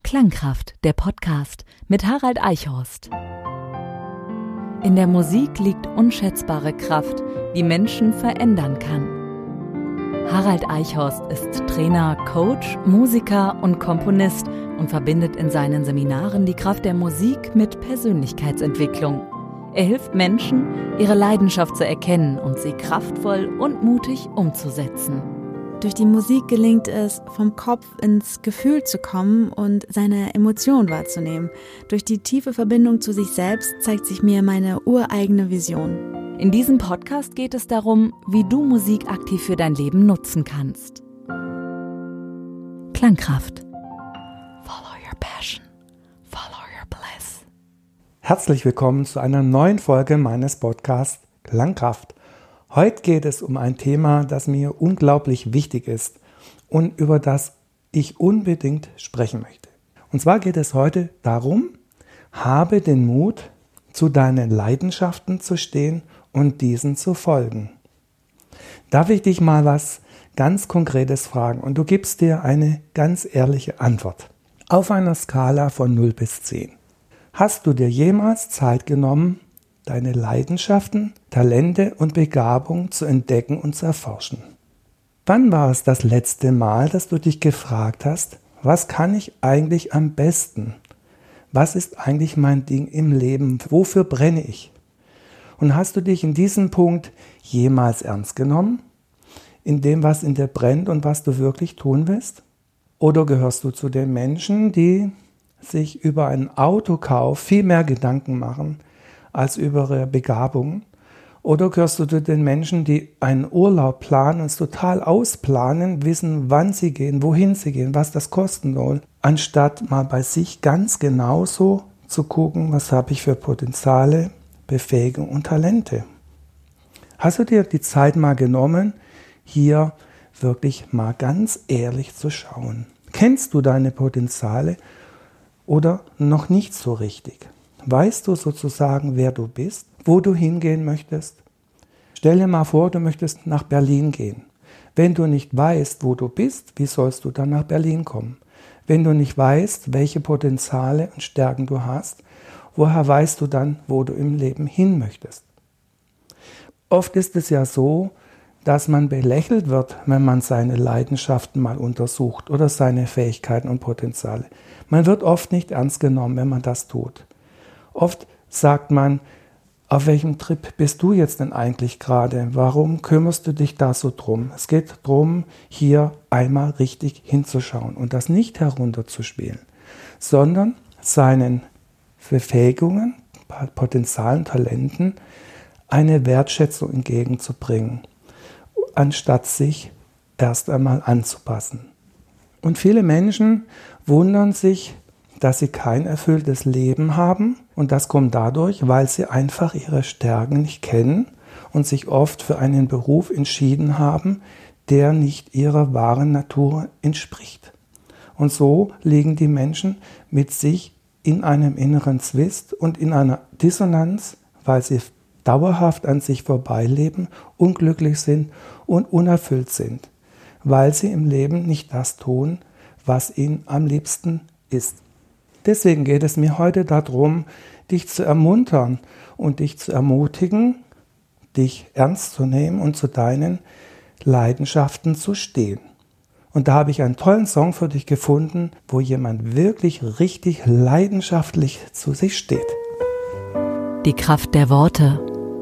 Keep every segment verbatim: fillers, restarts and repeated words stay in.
Klangkraft, der Podcast mit Harald Eichhorst. In der Musik liegt unschätzbare Kraft, die Menschen verändern kann. Harald Eichhorst ist Trainer, Coach, Musiker und Komponist und verbindet in seinen Seminaren die Kraft der Musik mit Persönlichkeitsentwicklung. Er hilft Menschen, ihre Leidenschaft zu erkennen und sie kraftvoll und mutig umzusetzen. Durch die Musik gelingt es, vom Kopf ins Gefühl zu kommen und seine Emotionen wahrzunehmen. Durch die tiefe Verbindung zu sich selbst zeigt sich mir meine ureigene Vision. In diesem Podcast geht es darum, wie du Musik aktiv für dein Leben nutzen kannst. Klangkraft. Follow your passion. Follow your bliss. Herzlich willkommen zu einer neuen Folge meines Podcasts Klangkraft. Heute geht es um ein Thema, das mir unglaublich wichtig ist und über das ich unbedingt sprechen möchte. Und zwar geht es heute darum, habe den Mut, zu deinen Leidenschaften zu stehen und diesen zu folgen. Darf ich dich mal was ganz Konkretes fragen und du gibst dir eine ganz ehrliche Antwort. Auf einer Skala von null bis zehn. Hast du dir jemals Zeit genommen, deine Leidenschaften, Talente und Begabung zu entdecken und zu erforschen? Wann war es das letzte Mal, dass du dich gefragt hast, was kann ich eigentlich am besten? Was ist eigentlich mein Ding im Leben? Wofür brenne ich? Und hast du dich in diesem Punkt jemals ernst genommen? In dem, was in dir brennt und was du wirklich tun willst? Oder gehörst du zu den Menschen, die sich über einen Autokauf viel mehr Gedanken machen, als über ihre Begabung? Oder gehörst du zu den Menschen, die einen Urlaub planen und es total ausplanen, wissen, wann sie gehen, wohin sie gehen, was das kosten soll, anstatt mal bei sich ganz genauso zu gucken, was habe ich für Potenziale, Befähigung und Talente? Hast du dir die Zeit mal genommen, hier wirklich mal ganz ehrlich zu schauen? Kennst du deine Potenziale oder noch nicht so richtig? Weißt du sozusagen, wer du bist, wo du hingehen möchtest? Stell dir mal vor, du möchtest nach Berlin gehen. Wenn du nicht weißt, wo du bist, wie sollst du dann nach Berlin kommen? Wenn du nicht weißt, welche Potenziale und Stärken du hast, woher weißt du dann, wo du im Leben hin möchtest? Oft ist es ja so, dass man belächelt wird, wenn man seine Leidenschaften mal untersucht oder seine Fähigkeiten und Potenziale. Man wird oft nicht ernst genommen, wenn man das tut. Oft sagt man, auf welchem Trip bist du jetzt denn eigentlich gerade? Warum kümmerst du dich da so drum? Es geht darum, hier einmal richtig hinzuschauen und das nicht herunterzuspielen, sondern seinen Befähigungen, Potenzialen, Talenten eine Wertschätzung entgegenzubringen, anstatt sich erst einmal anzupassen. Und viele Menschen wundern sich, dass sie kein erfülltes Leben haben, und das kommt dadurch, weil sie einfach ihre Stärken nicht kennen und sich oft für einen Beruf entschieden haben, der nicht ihrer wahren Natur entspricht. Und so liegen die Menschen mit sich in einem inneren Zwist und in einer Dissonanz, weil sie dauerhaft an sich vorbeileben, unglücklich sind und unerfüllt sind, weil sie im Leben nicht das tun, was ihnen am liebsten ist. Deswegen geht es mir heute darum, dich zu ermuntern und dich zu ermutigen, dich ernst zu nehmen und zu deinen Leidenschaften zu stehen. Und da habe ich einen tollen Song für dich gefunden, wo jemand wirklich richtig leidenschaftlich zu sich steht. Die Kraft der Worte.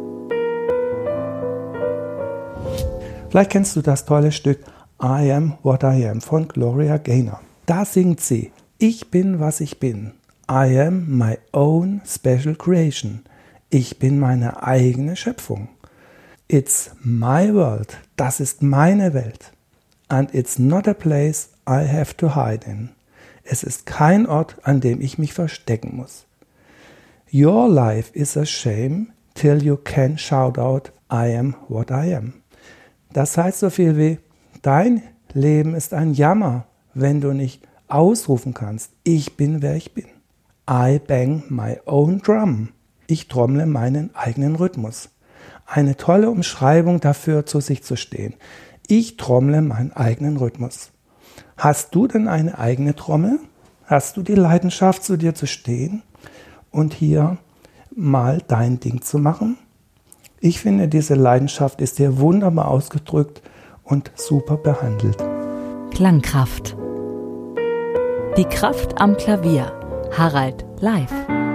Vielleicht kennst du das tolle Stück I Am What I Am von Gloria Gaynor. Da singt sie: Ich bin, was ich bin. I am my own special creation. Ich bin meine eigene Schöpfung. It's my world. Das ist meine Welt. And it's not a place I have to hide in. Es ist kein Ort, an dem ich mich verstecken muss. Your life is a shame till you can shout out I am what I am. Das heißt so viel wie: Dein Leben ist ein Jammer, wenn du nicht ausrufen kannst: Ich bin, wer ich bin. I bang my own drum. Ich trommle meinen eigenen Rhythmus. Eine tolle Umschreibung dafür, zu sich zu stehen. Ich trommle meinen eigenen Rhythmus. Hast du denn eine eigene Trommel? Hast du die Leidenschaft, zu dir zu stehen und hier mal dein Ding zu machen? Ich finde, diese Leidenschaft ist hier wunderbar ausgedrückt und super behandelt. Klangkraft. Die Kraft am Klavier. Harald live.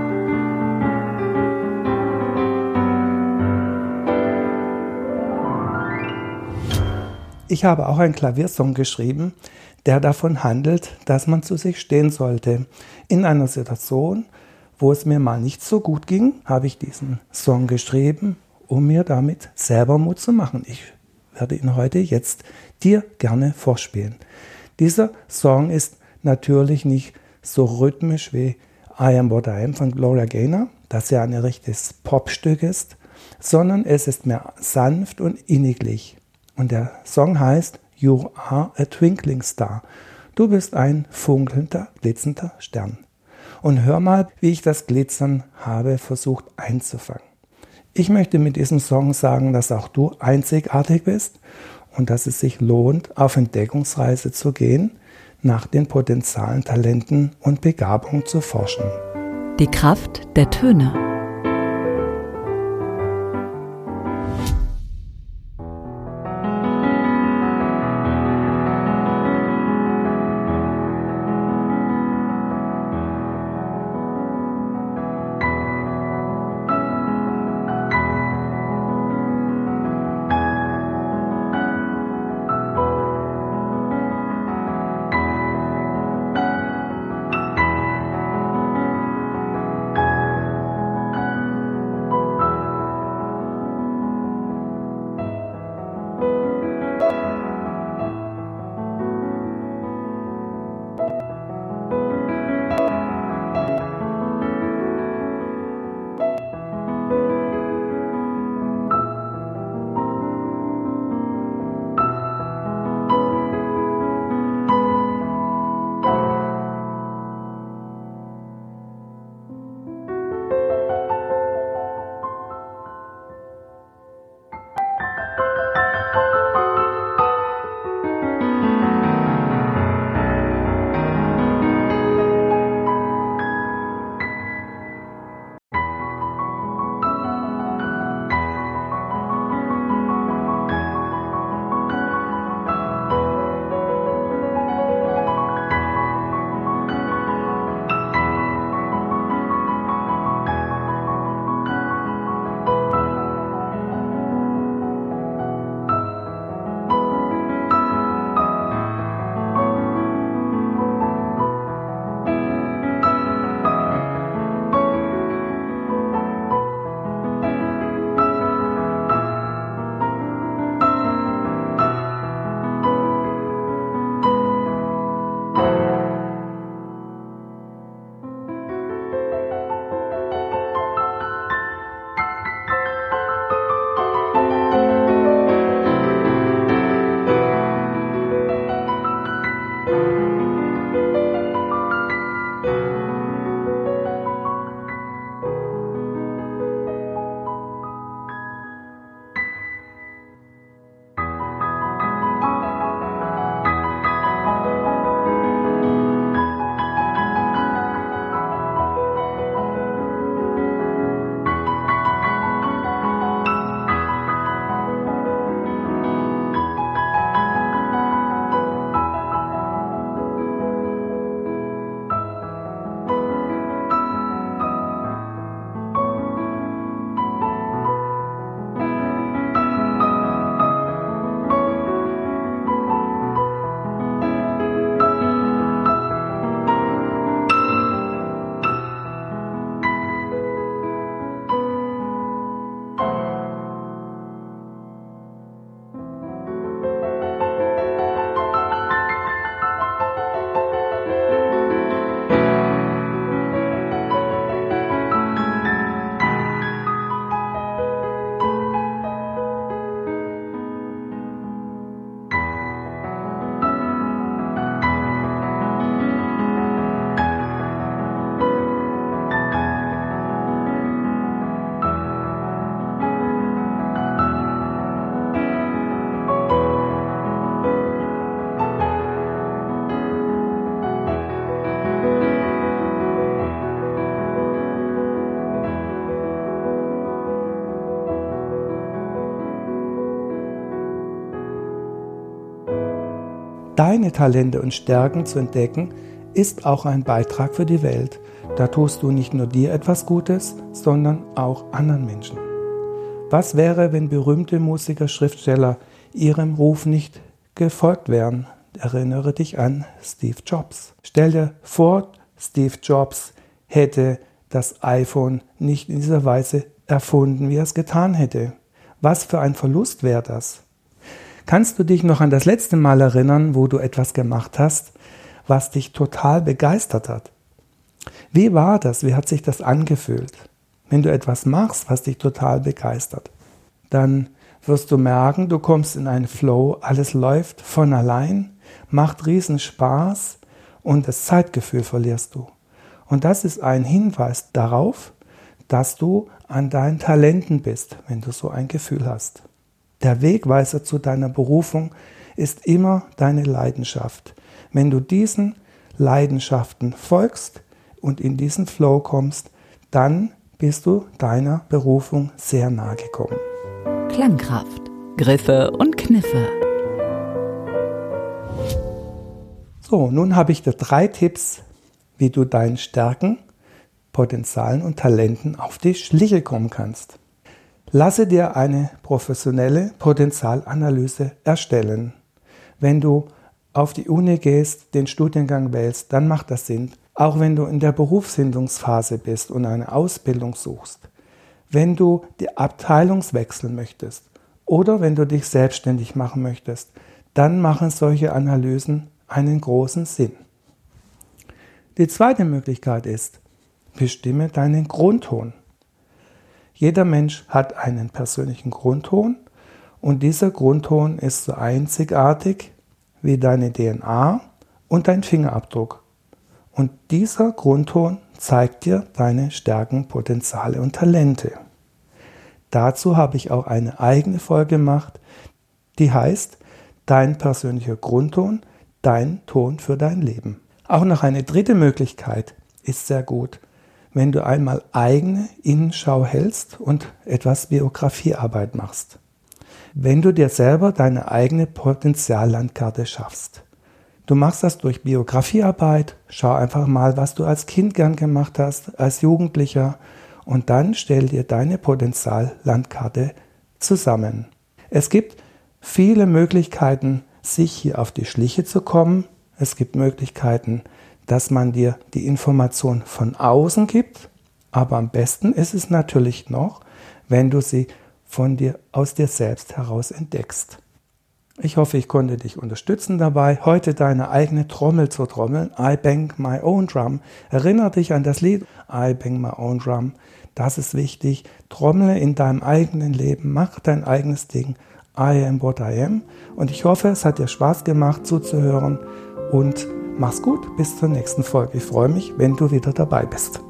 Ich habe auch einen Klaviersong geschrieben, der davon handelt, dass man zu sich stehen sollte. In einer Situation, wo es mir mal nicht so gut ging, habe ich diesen Song geschrieben, um mir damit selber Mut zu machen. Ich werde ihn heute jetzt dir gerne vorspielen. Dieser Song ist natürlich nicht so rhythmisch wie I Am What I Am von Gloria Gaynor, das ja ein richtiges Popstück ist, sondern es ist mehr sanft und inniglich. Und der Song heißt You Are a Twinkling Star. Du bist ein funkelnder, glitzernder Stern. Und hör mal, wie ich das Glitzern habe versucht einzufangen. Ich möchte mit diesem Song sagen, dass auch du einzigartig bist und dass es sich lohnt, auf Entdeckungsreise zu gehen, nach den Potenzialen, Talenten und Begabungen zu forschen. Die Kraft der Töne. Deine Talente und Stärken zu entdecken, ist auch ein Beitrag für die Welt. Da tust du nicht nur dir etwas Gutes, sondern auch anderen Menschen. Was wäre, wenn berühmte Musiker, Schriftsteller ihrem Ruf nicht gefolgt wären? Erinnere dich an Steve Jobs. Stell dir vor, Steve Jobs hätte das iPhone nicht in dieser Weise erfunden, wie er es getan hätte. Was für ein Verlust wäre das? Kannst du dich noch an das letzte Mal erinnern, wo du etwas gemacht hast, was dich total begeistert hat? Wie war das? Wie hat sich das angefühlt? Wenn du etwas machst, was dich total begeistert, dann wirst du merken, du kommst in einen Flow, alles läuft von allein, macht riesen Spaß und das Zeitgefühl verlierst du. Und das ist ein Hinweis darauf, dass du an deinen Talenten bist, wenn du so ein Gefühl hast. Der Wegweiser zu deiner Berufung ist immer deine Leidenschaft. Wenn du diesen Leidenschaften folgst und in diesen Flow kommst, dann bist du deiner Berufung sehr nahe gekommen. Klangkraft, Griffe und Kniffe. So, nun habe ich dir drei Tipps, wie du deinen Stärken, Potenzialen und Talenten auf die Schliche kommen kannst. Lasse dir eine professionelle Potenzialanalyse erstellen. Wenn du auf die Uni gehst, den Studiengang wählst, dann macht das Sinn. Auch wenn du in der Berufsfindungsphase bist und eine Ausbildung suchst. Wenn du die Abteilung wechseln möchtest oder wenn du dich selbstständig machen möchtest, dann machen solche Analysen einen großen Sinn. Die zweite Möglichkeit ist, bestimme deinen Grundton. Jeder Mensch hat einen persönlichen Grundton und dieser Grundton ist so einzigartig wie deine D N A und dein Fingerabdruck. Und dieser Grundton zeigt dir deine Stärken, Potenziale und Talente. Dazu habe ich auch eine eigene Folge gemacht, die heißt Dein persönlicher Grundton, dein Ton für dein Leben. Auch noch eine dritte Möglichkeit ist sehr gut, wenn du einmal eigene Innenschau hältst und etwas Biografiearbeit machst. Wenn du dir selber deine eigene Potenziallandkarte schaffst. Du machst das durch Biografiearbeit, schau einfach mal, was du als Kind gern gemacht hast, als Jugendlicher und dann stell dir deine Potenziallandkarte zusammen. Es gibt viele Möglichkeiten, sich hier auf die Schliche zu kommen. Es gibt Möglichkeiten, dass man dir die Information von außen gibt, aber am besten ist es natürlich noch, wenn du sie von dir aus dir selbst heraus entdeckst. Ich hoffe, ich konnte dich unterstützen dabei, heute deine eigene Trommel zu trommeln. I bang my own drum. Erinnere dich an das Lied I bang my own drum. Das ist wichtig. Trommle in deinem eigenen Leben, mach dein eigenes Ding. I am what I am. Und ich hoffe, es hat dir Spaß gemacht zuzuhören und mach's gut, bis zur nächsten Folge. Ich freue mich, wenn du wieder dabei bist.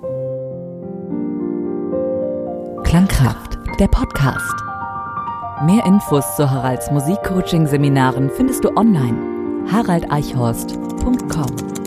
Klangkraft, der Podcast. Mehr Infos zu Haralds Musikcoaching-Seminaren findest du online. harald eichhorst punkt com